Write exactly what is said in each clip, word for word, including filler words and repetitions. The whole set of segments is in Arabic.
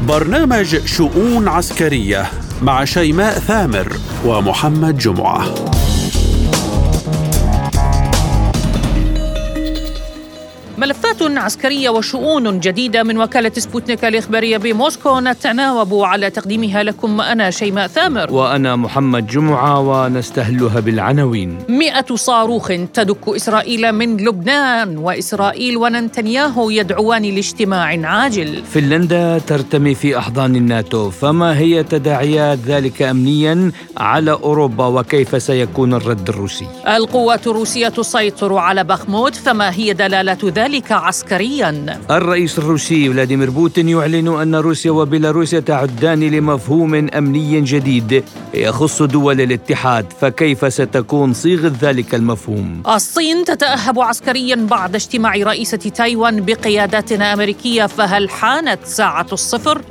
برنامج شؤون عسكرية مع شيماء ثامر ومحمد جمعة. ملفات عسكرية وشؤون جديدة من وكالة سبوتنيك الإخبارية بموسكو نتناوب على تقديمها لكم. أنا شيماء ثامر وأنا محمد جمعة، ونستهلها بالعناوين. مئة صاروخ تدك إسرائيل من لبنان، وإسرائيل ونتنياهو يدعوان لاجتماع عاجل. فنلندا ترتمي في أحضان الناتو، فما هي تداعيات ذلك أمنيا على أوروبا، وكيف سيكون الرد الروسي؟ القوات الروسية تسيطر على بخموت، فما هي دلالة ذلك عسكريا؟ الرئيس الروسي فلاديمير بوتين يعلن أن روسيا وبيلاروس تعدان لمفهوم أمني جديد يخص دول الاتحاد، فكيف ستكون صيغة ذلك المفهوم؟ الصين تتأهب عسكريا بعد اجتماع رئيسة تايوان بقيادات أمريكية، فهل حانت ساعة الصفر؟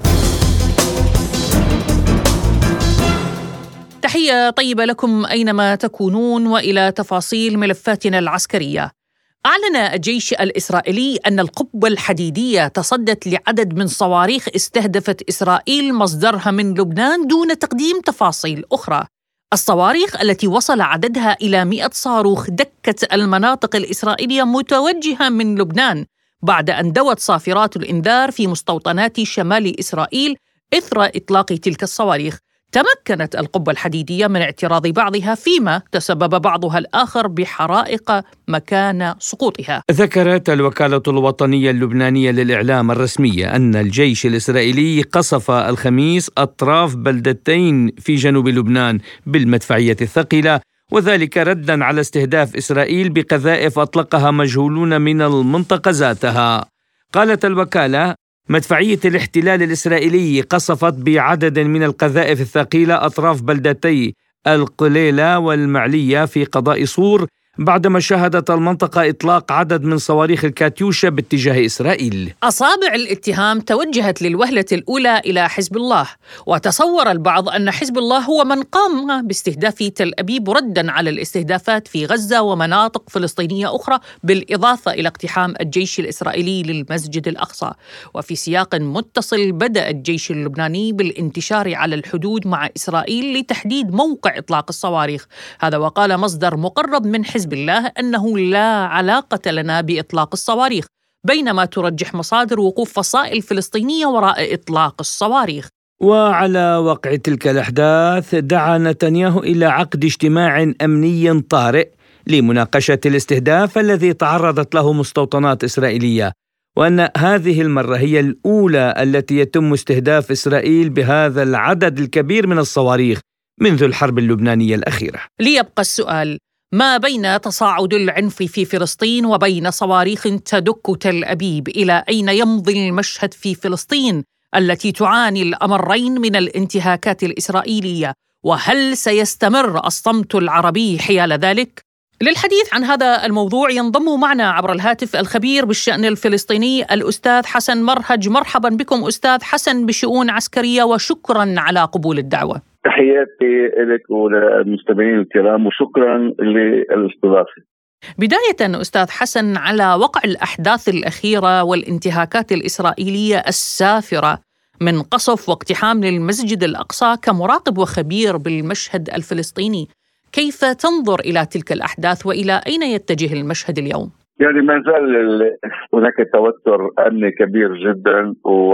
تحية طيبة لكم أينما تكونون، وإلى تفاصيل ملفاتنا العسكرية. أعلن الجيش الإسرائيلي أن القبة الحديدية تصدت لعدد من صواريخ استهدفت إسرائيل مصدرها من لبنان دون تقديم تفاصيل أخرى. الصواريخ التي وصل عددها إلى مئة صاروخ دكت المناطق الإسرائيلية متوجهة من لبنان بعد أن دوت صافرات الإنذار في مستوطنات شمال إسرائيل إثر إطلاق تلك الصواريخ. تمكنت القبة الحديدية من اعتراض بعضها، فيما تسبب بعضها الآخر بحرائق مكان سقوطها. ذكرت الوكالة الوطنية اللبنانية للإعلام الرسمية أن الجيش الإسرائيلي قصف الخميس أطراف بلدتين في جنوب لبنان بالمدفعية الثقيلة، وذلك رداً على استهداف إسرائيل بقذائف أطلقها مجهولون من المنطقة ذاتها. قالت الوكالة: مدفعية الاحتلال الإسرائيلي قصفت بعدد من القذائف الثقيلة أطراف بلدتي القليلة والمعلية في قضاء صور، بعدما شهدت المنطقة إطلاق عدد من صواريخ الكاتيوشا باتجاه إسرائيل. أصابع الاتهام توجهت للوهلة الأولى إلى حزب الله، وتصور البعض أن حزب الله هو من قام باستهداف تل أبيب ردا على الاستهدافات في غزة ومناطق فلسطينية أخرى، بالإضافة إلى اقتحام الجيش الإسرائيلي للمسجد الأقصى. وفي سياق متصل بدأ الجيش اللبناني بالانتشار على الحدود مع إسرائيل لتحديد موقع إطلاق الصواريخ. هذا وقال مصدر مقرب من حزب بالله أنه لا علاقة لنا بإطلاق الصواريخ، بينما ترجح مصادر وقوف فصائل فلسطينية وراء إطلاق الصواريخ. وعلى وقع تلك الأحداث دعا نتنياهو إلى عقد اجتماع أمني طارئ لمناقشة الاستهداف الذي تعرضت له مستوطنات إسرائيلية، وأن هذه المرة هي الأولى التي يتم استهداف إسرائيل بهذا العدد الكبير من الصواريخ منذ الحرب اللبنانية الأخيرة. ليبقى السؤال: ما بين تصاعد العنف في فلسطين وبين صواريخ تدك تل أبيب، إلى أين يمضي المشهد في فلسطين التي تعاني الأمرين من الانتهاكات الإسرائيلية؟ وهل سيستمر الصمت العربي حيال ذلك؟ للحديث عن هذا الموضوع ينضم معنا عبر الهاتف الخبير بالشأن الفلسطيني الأستاذ حسن مرهج. مرحبا بكم أستاذ حسن بشؤون عسكرية، وشكرا على قبول الدعوة. تحياتي لك وللمستمعين الكرام، وشكرا للاستضافة. بداية أستاذ حسن، على وقع الأحداث الأخيرة والانتهاكات الإسرائيلية السافرة من قصف واقتحام للمسجد الأقصى، كمراقب وخبير بالمشهد الفلسطيني، كيف تنظر إلى تلك الأحداث وإلى أين يتجه المشهد اليوم؟ يعني ما زال هناك توتر أمني كبير جدا، و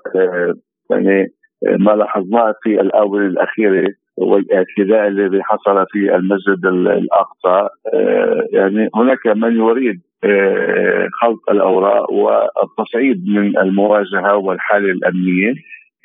يعني ما لاحظناه في الآونة الأخيرة والاعتداء الذي حصل في المسجد الأقصى، يعني هناك من يريد خلط الأوراق والتصعيد من المواجهة والحالة الأمنية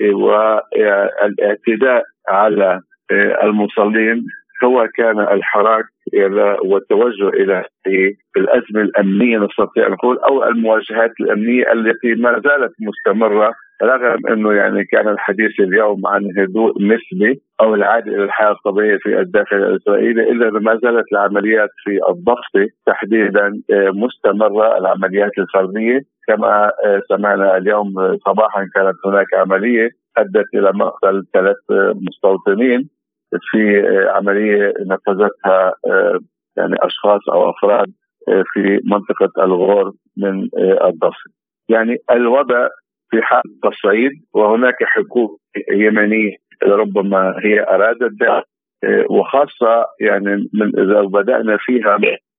والاعتداء على المصلين، سواء كان الحراك والتوجه إلى الأزمة الأمنية نستطيع أن نقول، أو المواجهات الأمنية التي ما زالت مستمرة، رغم أنه يعني كان الحديث اليوم عن هدوء نسبي أو العادة إلى الحياة الطبيعية في الداخل الإسرائيلي، إلا ما زالت العمليات في الضفة تحديدا مستمرة، العمليات الفردية. كما سمعنا اليوم صباحا كانت هناك عملية أدت إلى مقتل ثلاث مستوطنين في عملية نفذتها يعني أشخاص أو أفراد في منطقة الغور من الضفة. يعني الوضع في حال التصعيد، وهناك حكومة يمنية ربما هي أرادت ذلك، وخاصة يعني من إذا بدأنا فيها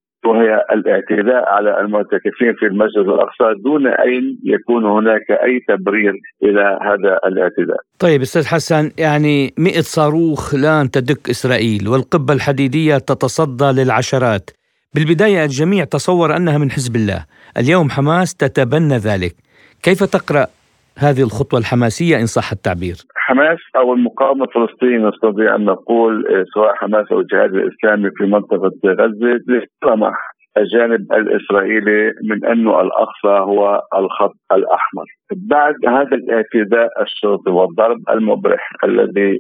وهي الاعتداء على المعتكفين في المسجد الأقصى دون أن يكون هناك أي تبرير إلى هذا الاعتداء. طيب أستاذ حسن، يعني مئة صاروخ لن تدك إسرائيل والقبة الحديدية تتصدى للعشرات. بالبداية الجميع تصور أنها من حزب الله، اليوم حماس تتبنى ذلك. كيف تقرأ هذه الخطوة الحماسية إن صح التعبير؟ حماس أو المقاومة الفلسطينية نستطيع أن نقول سواء حماس أو الجهاد الإسلامي في منطقة غزة لسمح الجانب الإسرائيلي من أنه الأقصى هو الخط الأحمر. بعد هذا الاعتداء الشرطي والضرب المبرح الذي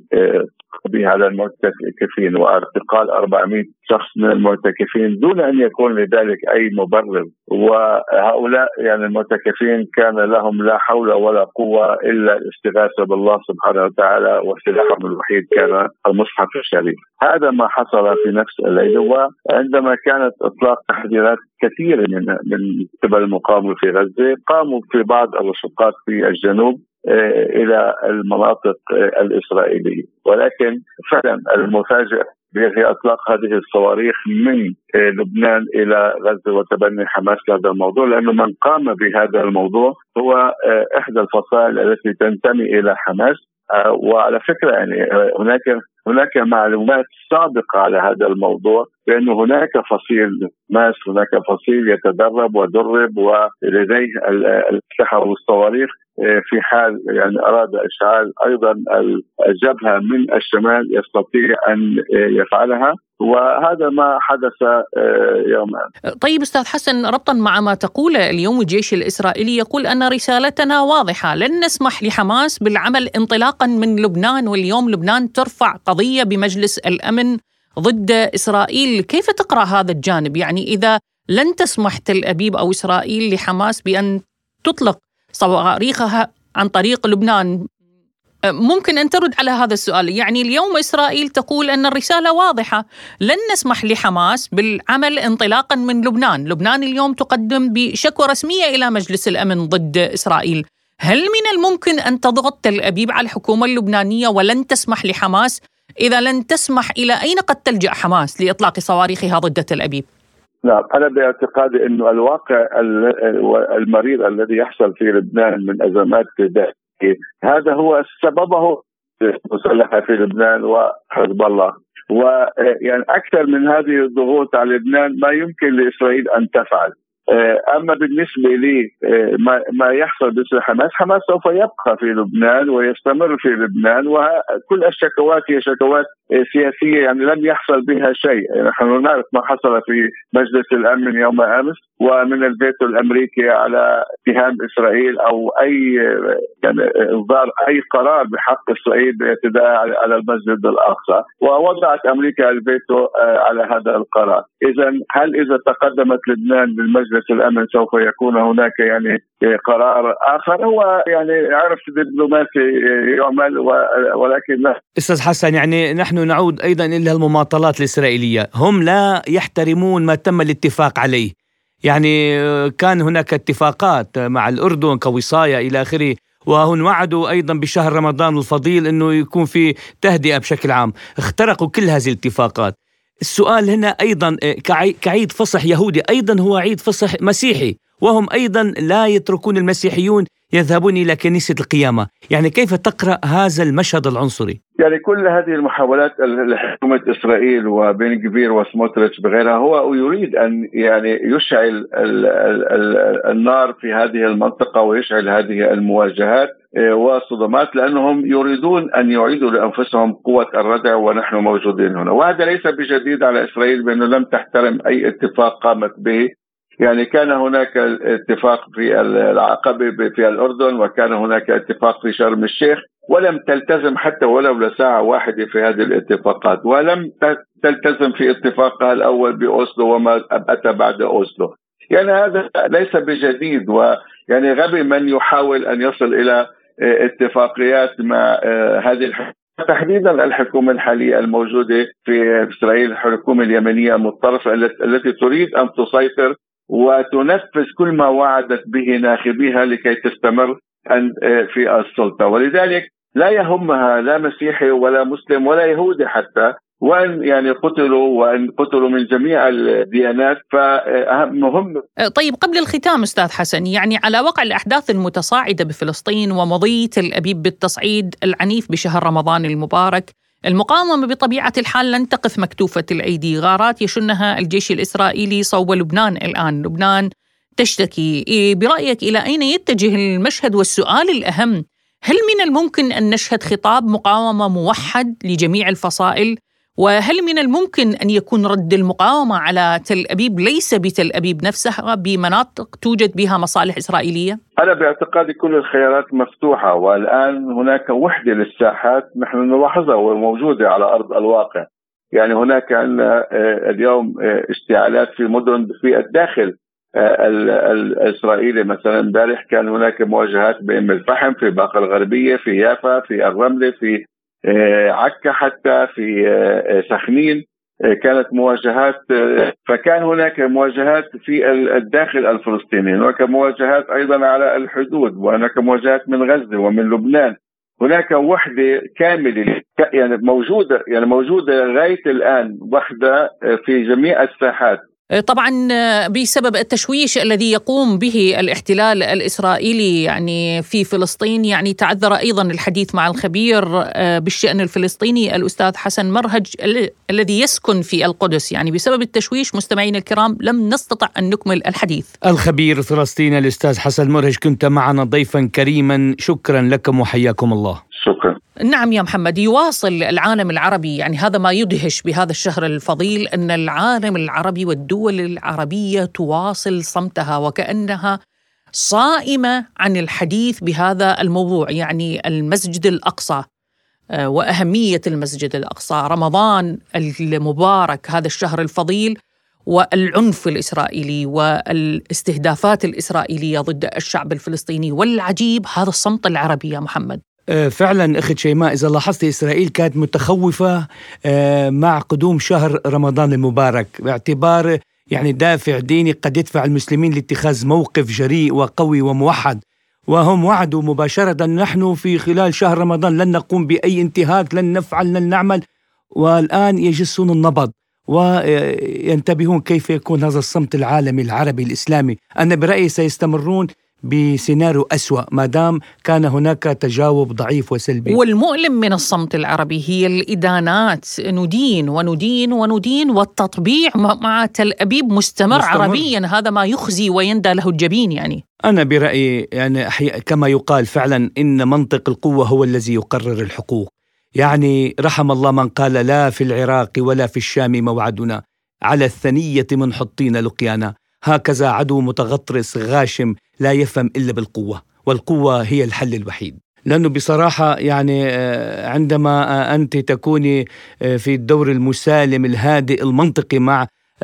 به على المعتكفين واعتقال أربعمائة شخص من المعتكفين دون أن يكون لذلك أي مبرر، وهؤلاء يعني المعتكفين كان لهم لا حول ولا قوة إلا الاستغاثة بالله سبحانه وتعالى، وسلاحهم الوحيد كان المصحف الشريف. هذا ما حصل في نفس الليلة، وعندما كانت إطلاق تحذيرات كثيرة من من قبل المقاومة في غزة، قاموا في بعض الرشقات في الجنوب إلى المناطق الإسرائيلية، ولكن فعلا المفاجئ هي إطلاق هذه الصواريخ من لبنان إلى غزة وتبني حماس لهذا الموضوع، لأنه من قام بهذا الموضوع هو إحدى الفصائل التي تنتمي إلى حماس. وعلى فكرة يعني هناك هناك معلومات سابقة على هذا الموضوع، بأنه هناك فصيل حماس، هناك فصيل يتدرب ودرب ولديه الأسلحة والصواريخ في حال يعني أراد إشعال أيضا الجبهة من الشمال يستطيع أن يفعلها، وهذا ما حدث يوما. طيب أستاذ حسن، ربطا مع ما تقوله اليوم الجيش الإسرائيلي يقول أن رسالتنا واضحة، لن نسمح لحماس بالعمل انطلاقا من لبنان، واليوم لبنان ترفع قضية بمجلس الأمن ضد إسرائيل. كيف تقرأ هذا الجانب؟ يعني إذا لن تسمح تل أبيب أو إسرائيل لحماس بأن تطلق صواريخها عن طريق لبنان، ممكن أن ترد على هذا السؤال. يعني اليوم إسرائيل تقول أن الرسالة واضحة، لن نسمح لحماس بالعمل انطلاقا من لبنان. لبنان اليوم تقدم بشكوى رسمية إلى مجلس الأمن ضد إسرائيل. هل من الممكن أن تضغط تل أبيب على الحكومة اللبنانية ولن تسمح لحماس؟ إذا لن تسمح، إلى أين قد تلجأ حماس لإطلاق صواريخها ضد تل أبيب؟ نعم، أنا باعتقادي أنه الواقع المرير الذي يحصل في لبنان من أزمات داخلية هذا هو سببه مسلحة في لبنان وحزب الله، ويعني أكثر من هذه الضغوط على لبنان ما يمكن لإسرائيل أن تفعل. أما بالنسبة لي ما يحصل باسم حماس، حماس سوف يبقى في لبنان ويستمر في لبنان، وكل الشكوات هي شكوات سياسية يعني لم يحصل بها شيء. نحن نعرف ما حصل في مجلس الأمن يوم أمس ومن الفيتو الأمريكي على اتهام إسرائيل أو أي يعني إصدار أي قرار بحق إسرائيل بالاعتداء على المسجد الأقصى، ووضعت أمريكا الفيتو على هذا القرار. إذا هل إذا تقدمت لبنان بالمجلس الأمن سوف يكون هناك يعني قرار آخر؟ هو يعني عرف دبلوماسي يعمل ولكن لا. أستاذ حسن، يعني نحن نعود أيضا إلى المماطلات الإسرائيلية، هم لا يحترمون ما تم الاتفاق عليه. يعني كان هناك اتفاقات مع الأردن كوصاية إلى آخره، وهم وعدوا أيضا بشهر رمضان الفضيل أنه يكون في تهدئة بشكل عام. اخترقوا كل هذه الاتفاقات. السؤال هنا أيضا كعيد فصح يهودي أيضا هو عيد فصح مسيحي، وهم أيضا لا يتركون المسيحيون يذهبون إلى كنيسة القيامة. يعني كيف تقرأ هذا المشهد العنصري؟ يعني كل هذه المحاولات لحكومة إسرائيل وبن جفير وسموتريتش بغيرها هو يريد أن يعني يشعل ال ال ال النار في هذه المنطقة ويشعل هذه المواجهات وصدمات، لأنهم يريدون أن يعيدوا لأنفسهم قوة الردع ونحن موجودين هنا. وهذا ليس بجديد على إسرائيل بأنه لم تحترم أي اتفاق قامت به. يعني كان هناك اتفاق في العقبة في الأردن، وكان هناك اتفاق في شرم الشيخ، ولم تلتزم حتى ولو لساعة واحدة في هذه الاتفاقات، ولم تلتزم في اتفاقها الأول بأوسلو وما أتى بعد أوسلو. يعني هذا ليس بجديد، ويعني غبي من يحاول أن يصل إلى اتفاقيات مع هذه الحكومة، تحديدا الحكومة الحالية الموجودة في إسرائيل، الحكومة اليمنية المتطرفة التي تريد أن تسيطر وتنفذ كل ما وعدت به ناخبيها لكي تستمر في السلطة. ولذلك لا يهمها لا مسيحي ولا مسلم ولا يهودي حتى، وأن يعني قتلوا وأن قتلوا من جميع الديانات، فمهم. طيب قبل الختام أستاذ حسن، يعني على وقع الأحداث المتصاعدة بفلسطين ومضي تل أبيب بالتصعيد العنيف بشهر رمضان المبارك، المقاومة بطبيعة الحال لن تقف مكتوفة الأيدي. غارات يشنها الجيش الإسرائيلي صوب لبنان الآن. لبنان تشتكي. برأيك إلى أين يتجه المشهد؟ والسؤال الأهم، هل من الممكن أن نشهد خطاب مقاومة موحد لجميع الفصائل؟ وهل من الممكن أن يكون رد المقاومة على تل أبيب ليس بتل أبيب نفسها، بمناطق توجد بها مصالح إسرائيلية؟ أنا باعتقادي كل الخيارات مفتوحة، والآن هناك وحدة للساحات نحن نلاحظها وموجودة على أرض الواقع. يعني هناك عندنا اليوم اشتعالات في مدن في الداخل الإسرائيلي. مثلا امبارح كان هناك مواجهات بأم الفحم، في باقة الغربية، في يافا، في الرملة، في عكا، حتى في سخنين كانت مواجهات. فكان هناك مواجهات في الداخل الفلسطيني، هناك مواجهات أيضا على الحدود، وهناك مواجهات من غزة ومن لبنان. هناك وحدة كاملة يعني موجودة يعني موجودة لغاية الآن، وحدة في جميع الساحات. طبعا بسبب التشويش الذي يقوم به الاحتلال الإسرائيلي يعني في فلسطين، يعني تعذر أيضا الحديث مع الخبير بالشأن الفلسطيني الأستاذ حسن مرهج الذي يسكن في القدس. يعني بسبب التشويش مستمعين الكرام لم نستطع أن نكمل الحديث. الخبير الفلسطيني الأستاذ حسن مرهج، كنت معنا ضيفا كريما، شكرا لكم وحياكم الله. شكرا. نعم يا محمد، يواصل العالم العربي، يعني هذا ما يدهش بهذا الشهر الفضيل، أن العالم العربي والدول العربية تواصل صمتها وكأنها صائمة عن الحديث بهذا الموضوع، يعني المسجد الأقصى وأهمية المسجد الأقصى، رمضان المبارك، هذا الشهر الفضيل، والعنف الإسرائيلي والاستهدافات الإسرائيلية ضد الشعب الفلسطيني. والعجيب هذا الصمت العربي يا محمد. فعلا أخت شيماء، إذا لاحظت إسرائيل كانت متخوفة مع قدوم شهر رمضان المبارك، باعتبار يعني دافع ديني قد يدفع المسلمين لاتخاذ موقف جريء وقوي وموحد. وهم وعدوا مباشرة: نحن في خلال شهر رمضان لن نقوم بأي انتهاك، لن نفعل، لن نعمل. والآن يجسون النبض وينتبهون كيف يكون هذا الصمت العالمي العربي الإسلامي. أنا برأيي سيستمرون بسيناريو أسوأ ما دام كان هناك تجاوب ضعيف وسلبي. والمؤلم من الصمت العربي هي الإدانات، ندين وندين وندين، والتطبيع مع تل أبيب مستمر, مستمر عربيا. هذا ما يخزي ويندى له الجبين. يعني أنا برأيي يعني كما يقال فعلا إن منطق القوة هو الذي يقرر الحقوق. يعني رحم الله من قال: لا في العراق ولا في الشام موعدنا، على الثنية من حطين لقيانا. هكذا عدو متغطرس غاشم لا يفهم إلا بالقوة، والقوة هي الحل الوحيد. لأنه بصراحة يعني عندما أنت تكوني في الدور المسالم الهادئ المنطقي مع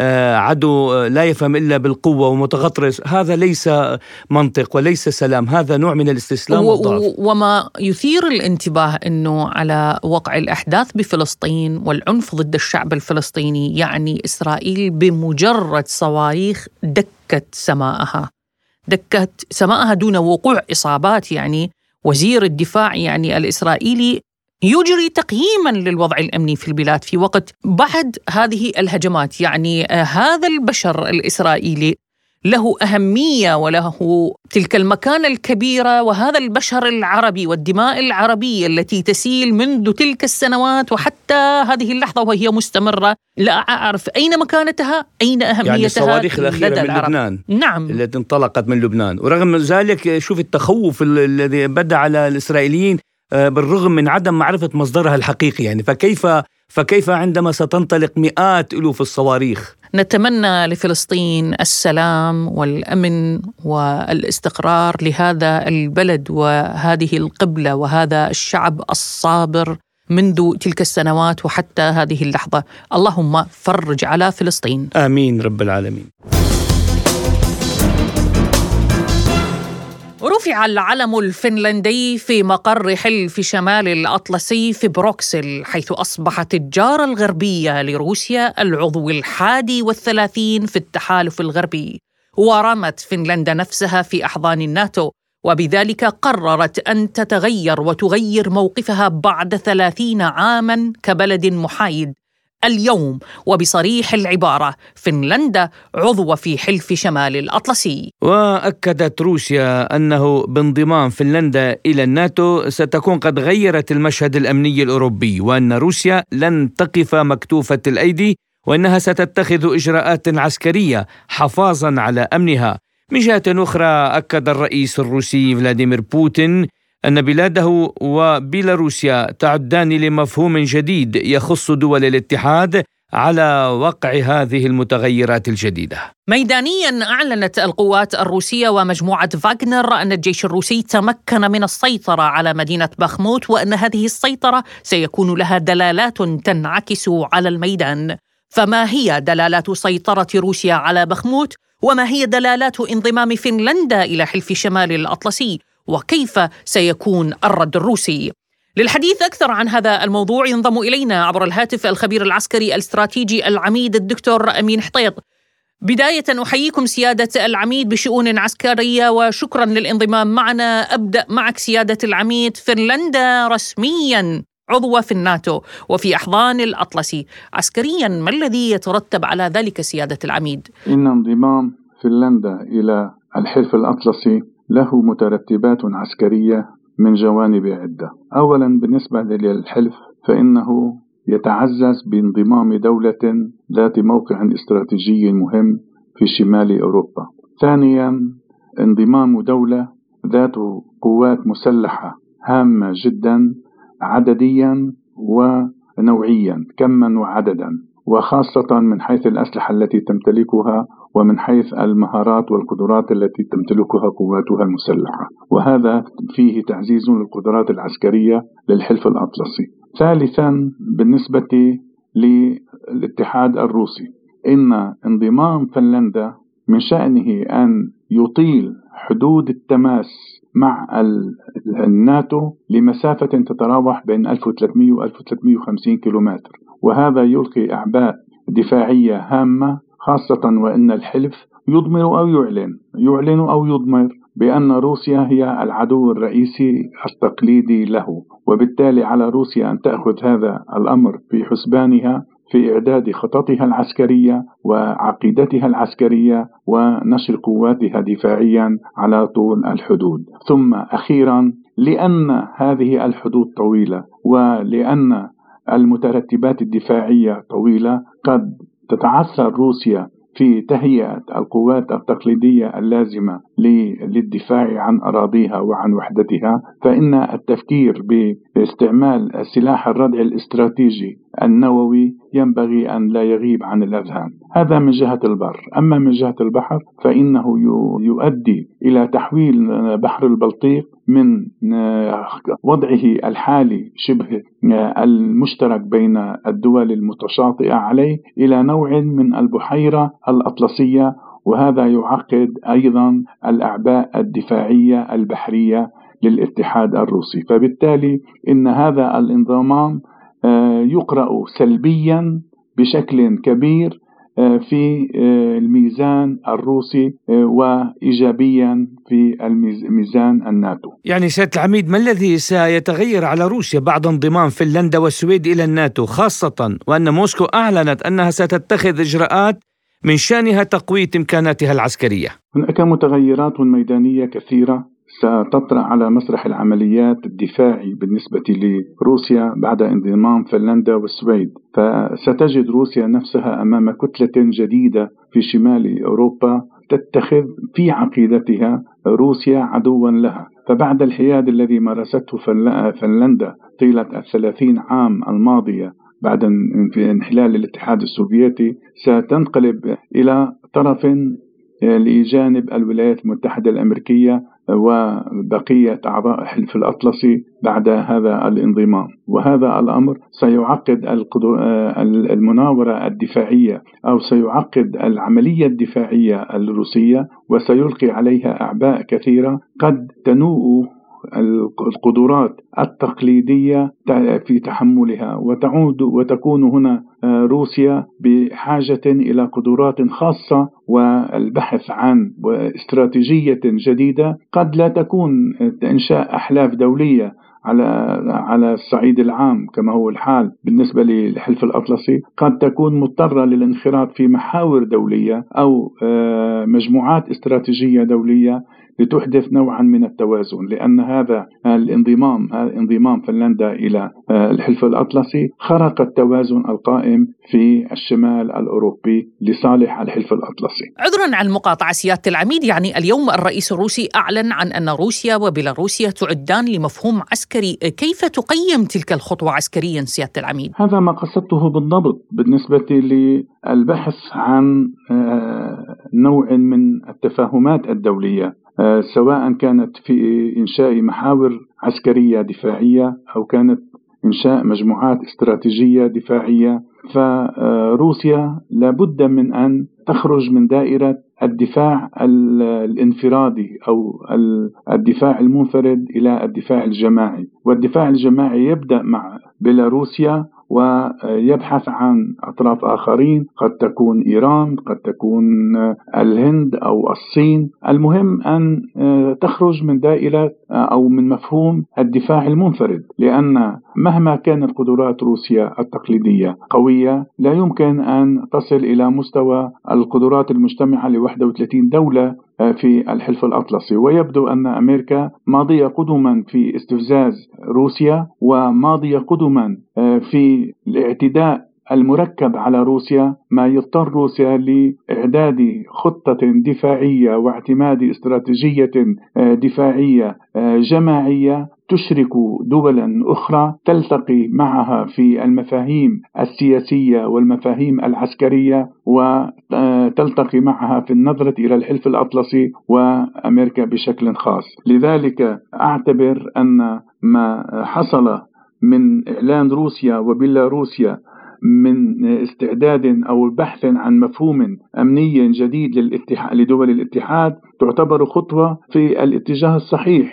عدو لا يفهم إلا بالقوة ومتغطرس، هذا ليس منطق وليس سلام، هذا نوع من الاستسلام والضعف. وما يثير الانتباه أنه على وقع الأحداث بفلسطين والعنف ضد الشعب الفلسطيني، يعني إسرائيل بمجرد صواريخ دكت سماءها دكت سماءها دون وقوع إصابات. يعني وزير الدفاع يعني الإسرائيلي يجري تقييما للوضع الأمني في البلاد في وقت بعد هذه الهجمات. يعني هذا البشر الإسرائيلي له أهمية وله تلك المكانة الكبيرة، وهذا البشر العربي والدماء العربية التي تسيل منذ تلك السنوات وحتى هذه اللحظة وهي مستمرة، لا أعرف أين مكانتها، أين أهميتها. يعني الصواريخ الأخيرة من لبنان، نعم، التي انطلقت من لبنان، ورغم ذلك شوف التخوف الذي بدا على الإسرائيليين بالرغم من عدم معرفة مصدرها الحقيقي. يعني فكيف فكيف عندما ستنطلق مئات ألوف الصواريخ؟ نتمنى لفلسطين السلام والأمن والاستقرار لهذا البلد وهذه القبلة وهذا الشعب الصابر منذ تلك السنوات وحتى هذه اللحظة. اللهم فرج على فلسطين. آمين رب العالمين. رفع العلم الفنلندي في مقر حلف شمال الأطلسي في بروكسل، حيث أصبحت الجارة الغربية لروسيا العضو الحادي والثلاثين في التحالف الغربي. ورمت فنلندا نفسها في أحضان الناتو، وبذلك قررت أن تتغير وتغير موقفها بعد ثلاثين عاماً كبلد محايد. اليوم وبصريح العبارة فنلندا عضو في حلف شمال الأطلسي. وأكدت روسيا أنه بانضمام فنلندا إلى الناتو ستكون قد غيرت المشهد الأمني الأوروبي، وأن روسيا لن تقف مكتوفة الأيدي، وأنها ستتخذ إجراءات عسكرية حفاظا على أمنها. من جهة أخرى أكد الرئيس الروسي فلاديمير بوتين أن بلاده وبيلاروسيا تعدان لمفهوم جديد يخص دول الاتحاد على وقع هذه المتغيرات الجديدة. ميدانيا أعلنت القوات الروسية ومجموعة فاغنر أن الجيش الروسي تمكن من السيطرة على مدينة بخموت، وأن هذه السيطرة سيكون لها دلالات تنعكس على الميدان. فما هي دلالات سيطرة روسيا على بخموت؟ وما هي دلالات انضمام فنلندا إلى حلف شمال الأطلسي؟ وكيف سيكون الرد الروسي؟ للحديث أكثر عن هذا الموضوع ينضم إلينا عبر الهاتف الخبير العسكري الاستراتيجي العميد الدكتور أمين حطيط. بداية أحييكم سيادة العميد بشؤون عسكرية وشكرا للانضمام معنا. أبدأ معك سيادة العميد. فنلندا رسميا عضوة في الناتو وفي أحضان الأطلسي، عسكريا ما الذي يترتب على ذلك سيادة العميد؟ إن انضمام فنلندا إلى الحلف الأطلسي له مترتبات عسكرية من جوانب عدة. أولا بالنسبة للحلف فإنه يتعزز بانضمام دولة ذات موقع استراتيجي مهم في شمال أوروبا. ثانيا انضمام دولة ذات قوات مسلحة هامة جدا عدديا ونوعيا كما وعددا، وخاصة من حيث الأسلحة التي تمتلكها ومن حيث المهارات والقدرات التي تمتلكها قواتها المسلحة، وهذا فيه تعزيز للقدرات العسكرية للحلف الأطلسي. ثالثا بالنسبة للاتحاد الروسي، إن انضمام فنلندا من شأنه أن يطيل حدود التماس مع الناتو لمسافة تتراوح بين ألف وثلاثمئة و ألف وثلاثمئة وخمسين كيلومتر، وهذا يلقي أعباء دفاعية هامة، خاصة وأن الحلف يضمر أو يعلن يعلن أو يضمر بأن روسيا هي العدو الرئيسي التقليدي له، وبالتالي على روسيا أن تأخذ هذا الأمر في حسبانها في إعداد خططها العسكرية وعقيدتها العسكرية ونشر قواتها دفاعيا على طول الحدود. ثم أخيرا لأن هذه الحدود طويلة ولأن المترتبات الدفاعية طويلة قد تتعثر روسيا في تهيئة القوات التقليدية اللازمة للدفاع عن أراضيها وعن وحدتها، فإن التفكير باستعمال سلاح الردع الاستراتيجي النووي ينبغي أن لا يغيب عن الأذهان. هذا من جهة البر. أما من جهة البحر فإنه يؤدي إلى تحويل بحر البلطيق من وضعه الحالي شبه المشترك بين الدول المتشاطئة عليه إلى نوع من البحيرة الأطلسية، وهذا يعقد أيضا الأعباء الدفاعية البحرية للاتحاد الروسي. فبالتالي إن هذا الانضمام يقرأ سلبيا بشكل كبير في الميزان الروسي وإيجابيا في الميزان الناتو. يعني سيادة العميد، ما الذي سيتغير على روسيا بعد انضمام فنلندا والسويد إلى الناتو، خاصة وأن موسكو أعلنت أنها ستتخذ إجراءات من شأنها تقوية إمكاناتها العسكرية؟ هناك متغيرات ميدانية كثيرة ستطرأ على مسرح العمليات الدفاعي بالنسبة لروسيا بعد انضمام فنلندا والسويد. فستجد روسيا نفسها أمام كتلة جديدة في شمال أوروبا تتخذ في عقيدتها روسيا عدوا لها. فبعد الحياد الذي مارسته فنلندا طيلة الثلاثين عام الماضية بعد انحلال الاتحاد السوفيتي، ستنقلب إلى طرف لجانب الولايات المتحدة الأمريكية وبقية أعضاء حلف الأطلسي بعد هذا الانضمام. وهذا الأمر سيعقد المناورة الدفاعية أو سيعقد العملية الدفاعية الروسية، وسيلقي عليها أعباء كثيرة قد تنوء القدرات التقليدية في تحملها، وتعود وتكون هنا روسيا بحاجة إلى قدرات خاصة والبحث عن استراتيجية جديدة قد لا تكون إنشاء أحلاف دولية على على الصعيد العام كما هو الحال بالنسبة للحلف الأطلسي، قد تكون مضطرة للانخراط في محاور دولية أو مجموعات استراتيجية دولية لتحدث نوعا من التوازن، لأن هذا الانضمام انضمام فنلندا إلى الحلف الأطلسي خرق التوازن القائم في الشمال الأوروبي لصالح الحلف الأطلسي. عذرا عن المقاطعة سيادة العميد، يعني اليوم الرئيس الروسي أعلن عن أن روسيا وبيلاروسيا تعدان لمفهوم عسكري، كيف تقيم تلك الخطوة عسكريا سيادة العميد؟ هذا ما قصدته بالضبط بالنسبة للبحث عن نوع من التفاهمات الدولية، سواء كانت في إنشاء محاور عسكرية دفاعية أو كانت إنشاء مجموعات استراتيجية دفاعية. فروسيا لابد من أن تخرج من دائرة الدفاع الانفرادي أو الدفاع المنفرد إلى الدفاع الجماعي، والدفاع الجماعي يبدأ مع بيلاروسيا ويبحث عن أطراف آخرين، قد تكون إيران، قد تكون الهند أو الصين. المهم أن تخرج من دائرة أو من مفهوم الدفاع المنفرد، لأن مهما كانت قدرات روسيا التقليدية قوية لا يمكن أن تصل إلى مستوى القدرات المجتمعة ل واحد وثلاثين دولة في الحلف الأطلسي. ويبدو أن أمريكا ماضية قدما في استفزاز روسيا وماضية قدما في الاعتداء المركب على روسيا، ما يضطر روسيا لإعداد خطة دفاعية واعتماد استراتيجية دفاعية جماعية تشرك دولا أخرى تلتقي معها في المفاهيم السياسية والمفاهيم العسكرية، وتلتقي معها في النظرة إلى الحلف الأطلسي وأمريكا بشكل خاص. لذلك أعتبر أن ما حصل من إعلان روسيا وبيلاروسيا من استعداد أو بحث عن مفهوم أمني جديد لدول الاتحاد تعتبر خطوة في الاتجاه الصحيح،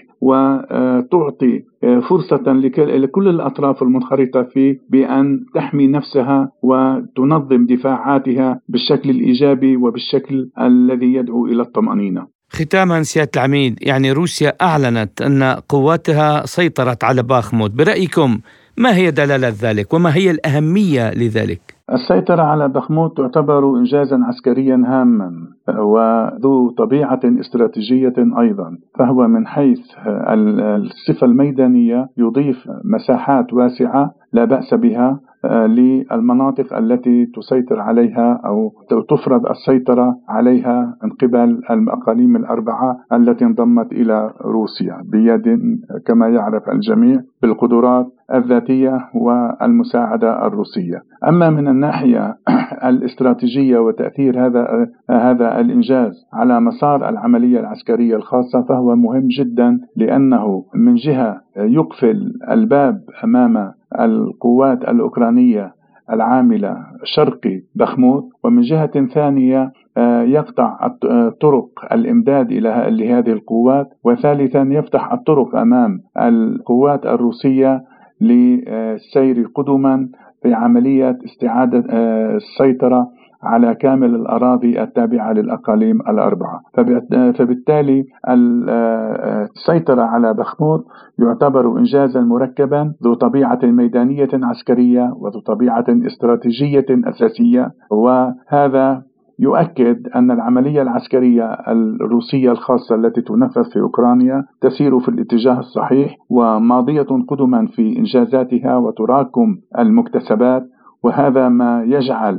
وتعطي فرصة لكل الأطراف المنخرطة فيه بأن تحمي نفسها وتنظم دفاعاتها بالشكل الإيجابي وبالشكل الذي يدعو إلى الطمأنينة. ختاما سيادة العميد، يعني روسيا أعلنت أن قواتها سيطرت على باخموت، برأيكم ما هي دلالة ذلك وما هي الأهمية لذلك؟ السيطرة على باخموت تعتبر إنجازا عسكريا هاما وذو طبيعة استراتيجية أيضا، فهو من حيث الصفة الميدانية يضيف مساحات واسعة لا بأس بها للمناطق التي تسيطر عليها أو تفرض السيطرة عليها من قبل الأقاليم الأربعة التي انضمت إلى روسيا بيد كما يعرف الجميع بالقدرات الذاتية والمساعدة الروسية. أما من الناحية الاستراتيجية وتأثير هذا هذا الإنجاز على مسار العملية العسكرية الخاصة فهو مهم جدا، لأنه من جهة يقفل الباب أمام القوات الأوكرانية العاملة شرقي باخموت، ومن جهة ثانية يقطع طرق الإمداد إلى هذه القوات، وثالثا يفتح الطرق أمام القوات الروسية للسير قدما في عملية استعادة السيطرة على كامل الأراضي التابعة للأقاليم الأربعة. فبالتالي السيطرة على باخموت يعتبر إنجازا مركبا ذو طبيعة ميدانية عسكرية وذو طبيعة استراتيجية أساسية، وهذا يؤكد أن العملية العسكرية الروسية الخاصة التي تنفذ في أوكرانيا تسير في الاتجاه الصحيح وماضية قدما في إنجازاتها وتراكم المكتسبات، وهذا ما يجعل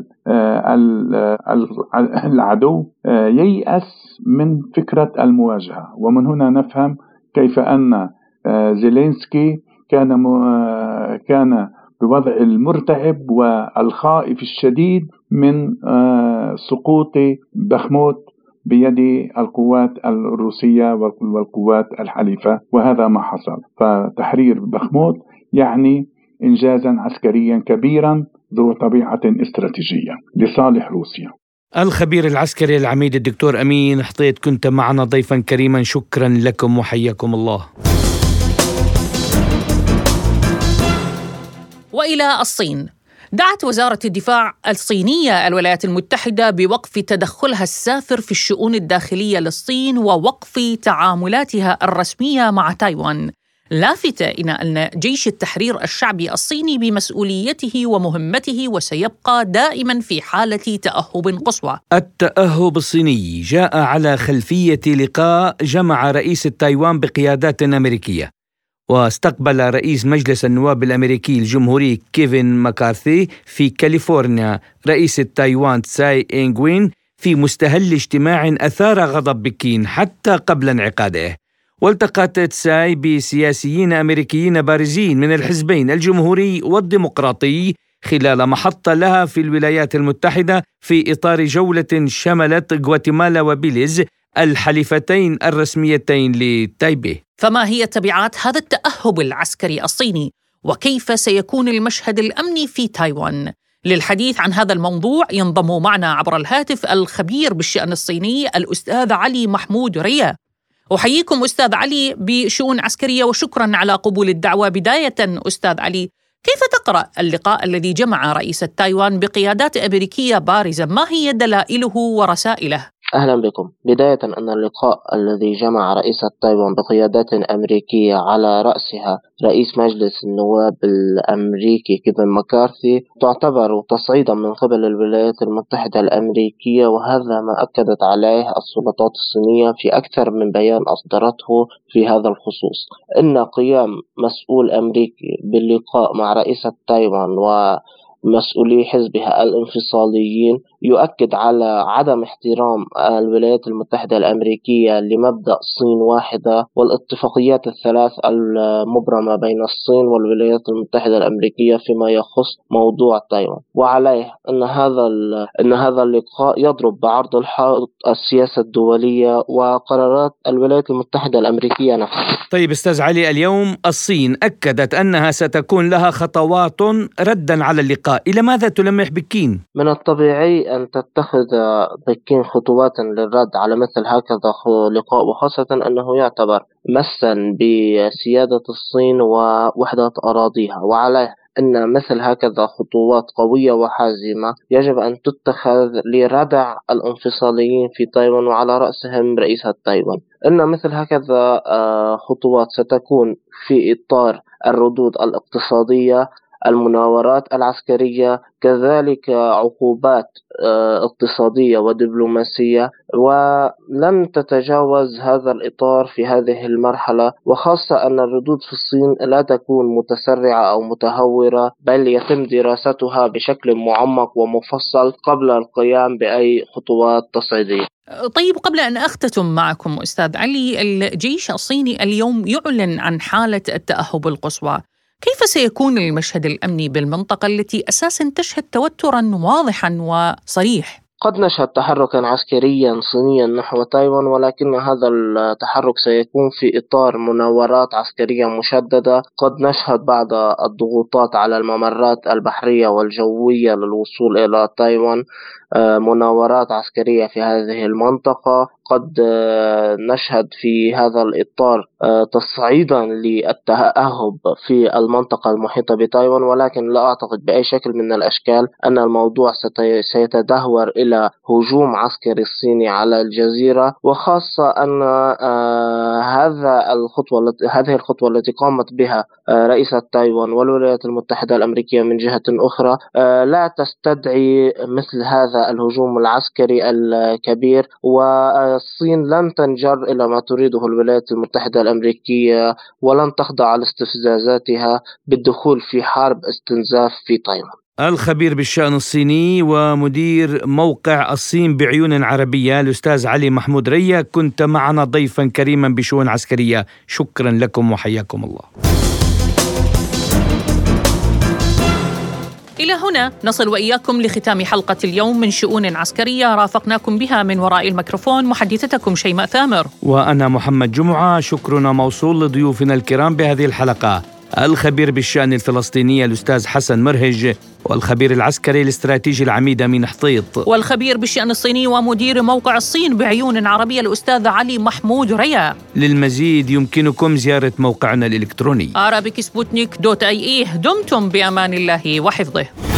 العدو ييأس من فكرة المواجهة. ومن هنا نفهم كيف أن زيلينسكي كان كان بوضع المرتعب والخائف الشديد من سقوط باخموت بيد القوات الروسية والقوات الحليفة، وهذا ما حصل. فتحرير باخموت يعني إنجازا عسكريا كبيرا ذو طبيعة استراتيجية لصالح روسيا. الخبير العسكري العميد الدكتور أمين حطيت، كنت معنا ضيفا كريما، شكرا لكم وحياكم الله. وإلى الصين، دعت وزارة الدفاع الصينية الولايات المتحدة بوقف تدخلها السافر في الشؤون الداخلية للصين ووقف تعاملاتها الرسمية مع تايوان، لافتة إلى أن جيش التحرير الشعبي الصيني بمسؤوليته ومهمته وسيبقى دائما في حالة تأهب قصوى. التأهب الصيني جاء على خلفية لقاء جمع رئيس تايوان بقيادات أمريكية، واستقبل رئيس مجلس النواب الأمريكي الجمهوري كيفن ماكارثي في كاليفورنيا رئيس تايوان تساي إنغ وين في مستهل اجتماع أثار غضب بكين حتى قبل انعقاده. والتقت تساي بسياسيين أمريكيين بارزين من الحزبين الجمهوري والديمقراطي خلال محطة لها في الولايات المتحدة في إطار جولة شملت غواتيمالا وبيليز الحليفتين الرسميتين لتايبي. فما هي تبعات هذا التأهب العسكري الصيني؟ وكيف سيكون المشهد الأمني في تايوان؟ للحديث عن هذا الموضوع ينضم معنا عبر الهاتف الخبير بالشأن الصيني الأستاذ علي محمود ريا. أحييكم أستاذ علي بشؤون عسكرية وشكرا على قبول الدعوة. بداية أستاذ علي، كيف تقرأ اللقاء الذي جمع رئيس تايوان بقيادات أمريكية بارزة؟ ما هي دلائله ورسائله؟ أهلا بكم. بداية أن اللقاء الذي جمع رئيسة تايوان بقيادات أمريكية على رأسها رئيس مجلس النواب الأمريكي كيفن ماكارثي تعتبر تصعيدا من قبل الولايات المتحدة الأمريكية، وهذا ما أكدت عليه السلطات الصينية في أكثر من بيان أصدرته في هذا الخصوص. إن قيام مسؤول أمريكي باللقاء مع رئيسة تايوان و مسؤولي حزبها الانفصاليين يؤكد على عدم احترام الولايات المتحدة الأمريكية لمبدأ صين واحدة والاتفاقيات الثلاث المبرمة بين الصين والولايات المتحدة الأمريكية فيما يخص موضوع تايوان. وعليه أن هذا أن هذا اللقاء يضرب بعرض الحائط السياسة الدولية وقرارات الولايات المتحدة الأمريكية نفسها. طيب أستاذ علي، اليوم الصين أكدت أنها ستكون لها خطوات ردا على اللقاء، إلى ماذا تلمح بكين؟ من الطبيعي أن تتخذ بكين خطوات للرد على مثل هكذا لقاء، وخاصة أنه يعتبر مسا بسيادة الصين ووحدة أراضيها، وعليه أن مثل هكذا خطوات قوية وحازمة يجب أن تتخذ لردع الانفصاليين في تايوان وعلى رأسهم رئيسة تايوان. أن مثل هكذا خطوات ستكون في إطار الردود الاقتصادية، المناورات العسكرية، كذلك عقوبات اقتصادية ودبلوماسية، ولن تتجاوز هذا الإطار في هذه المرحلة، وخاصة أن الردود في الصين لا تكون متسرعة أو متهورة، بل يتم دراستها بشكل معمق ومفصل قبل القيام بأي خطوات تصعيدية. طيب، قبل أن أختتم معكم أستاذ علي، الجيش الصيني اليوم يعلن عن حالة التأهب القصوى. كيف سيكون المشهد الأمني بالمنطقة التي أساساً تشهد توتراً واضحاً وصريح؟ قد نشهد تحركاً عسكرياً صينياً نحو تايوان، ولكن هذا التحرك سيكون في إطار مناورات عسكرية مشددة. قد نشهد بعض الضغوطات على الممرات البحرية والجوية للوصول إلى تايوان، مناورات عسكرية في هذه المنطقة. قد نشهد في هذا الإطار تصعيدا للتأهب في المنطقة المحيطة بتايوان، ولكن لا أعتقد بأي شكل من الأشكال أن الموضوع سيتدهور إلى هجوم عسكري صيني على الجزيرة، وخاصة أن هذا الخطوة هذه الخطوة التي قامت بها رئيسة تايوان والولايات المتحدة الأمريكية من جهة أخرى لا تستدعي مثل هذا الهجوم العسكري الكبير، والصين لن تنجر إلى ما تريده الولايات المتحدة الأمريكية ولن تخضع لاستفزازاتها بالدخول في حرب استنزاف في تايوان. الخبير بالشأن الصيني ومدير موقع الصين بعيون عربية الأستاذ علي محمود ريا، كنت معنا ضيفا كريما بشؤون عسكرية. شكرا لكم وحياكم الله. إلى هنا نصل وإياكم لختام حلقة اليوم من شؤون عسكرية، رافقناكم بها من وراء الميكروفون محدثتكم شيماء ثامر وأنا محمد جمعة. شكرنا موصول لضيوفنا الكرام بهذه الحلقة، الخبير بالشأن الفلسطيني الأستاذ حسن مرهج، والخبير العسكري الاستراتيجي العميد أمين حطيط، والخبير بالشأن الصيني ومدير موقع الصين بعيون عربية الأستاذ علي محمود ريا. للمزيد يمكنكم زيارة موقعنا الإلكتروني arabik sputnik دوت اي اي. دمتم بأمان الله وحفظه.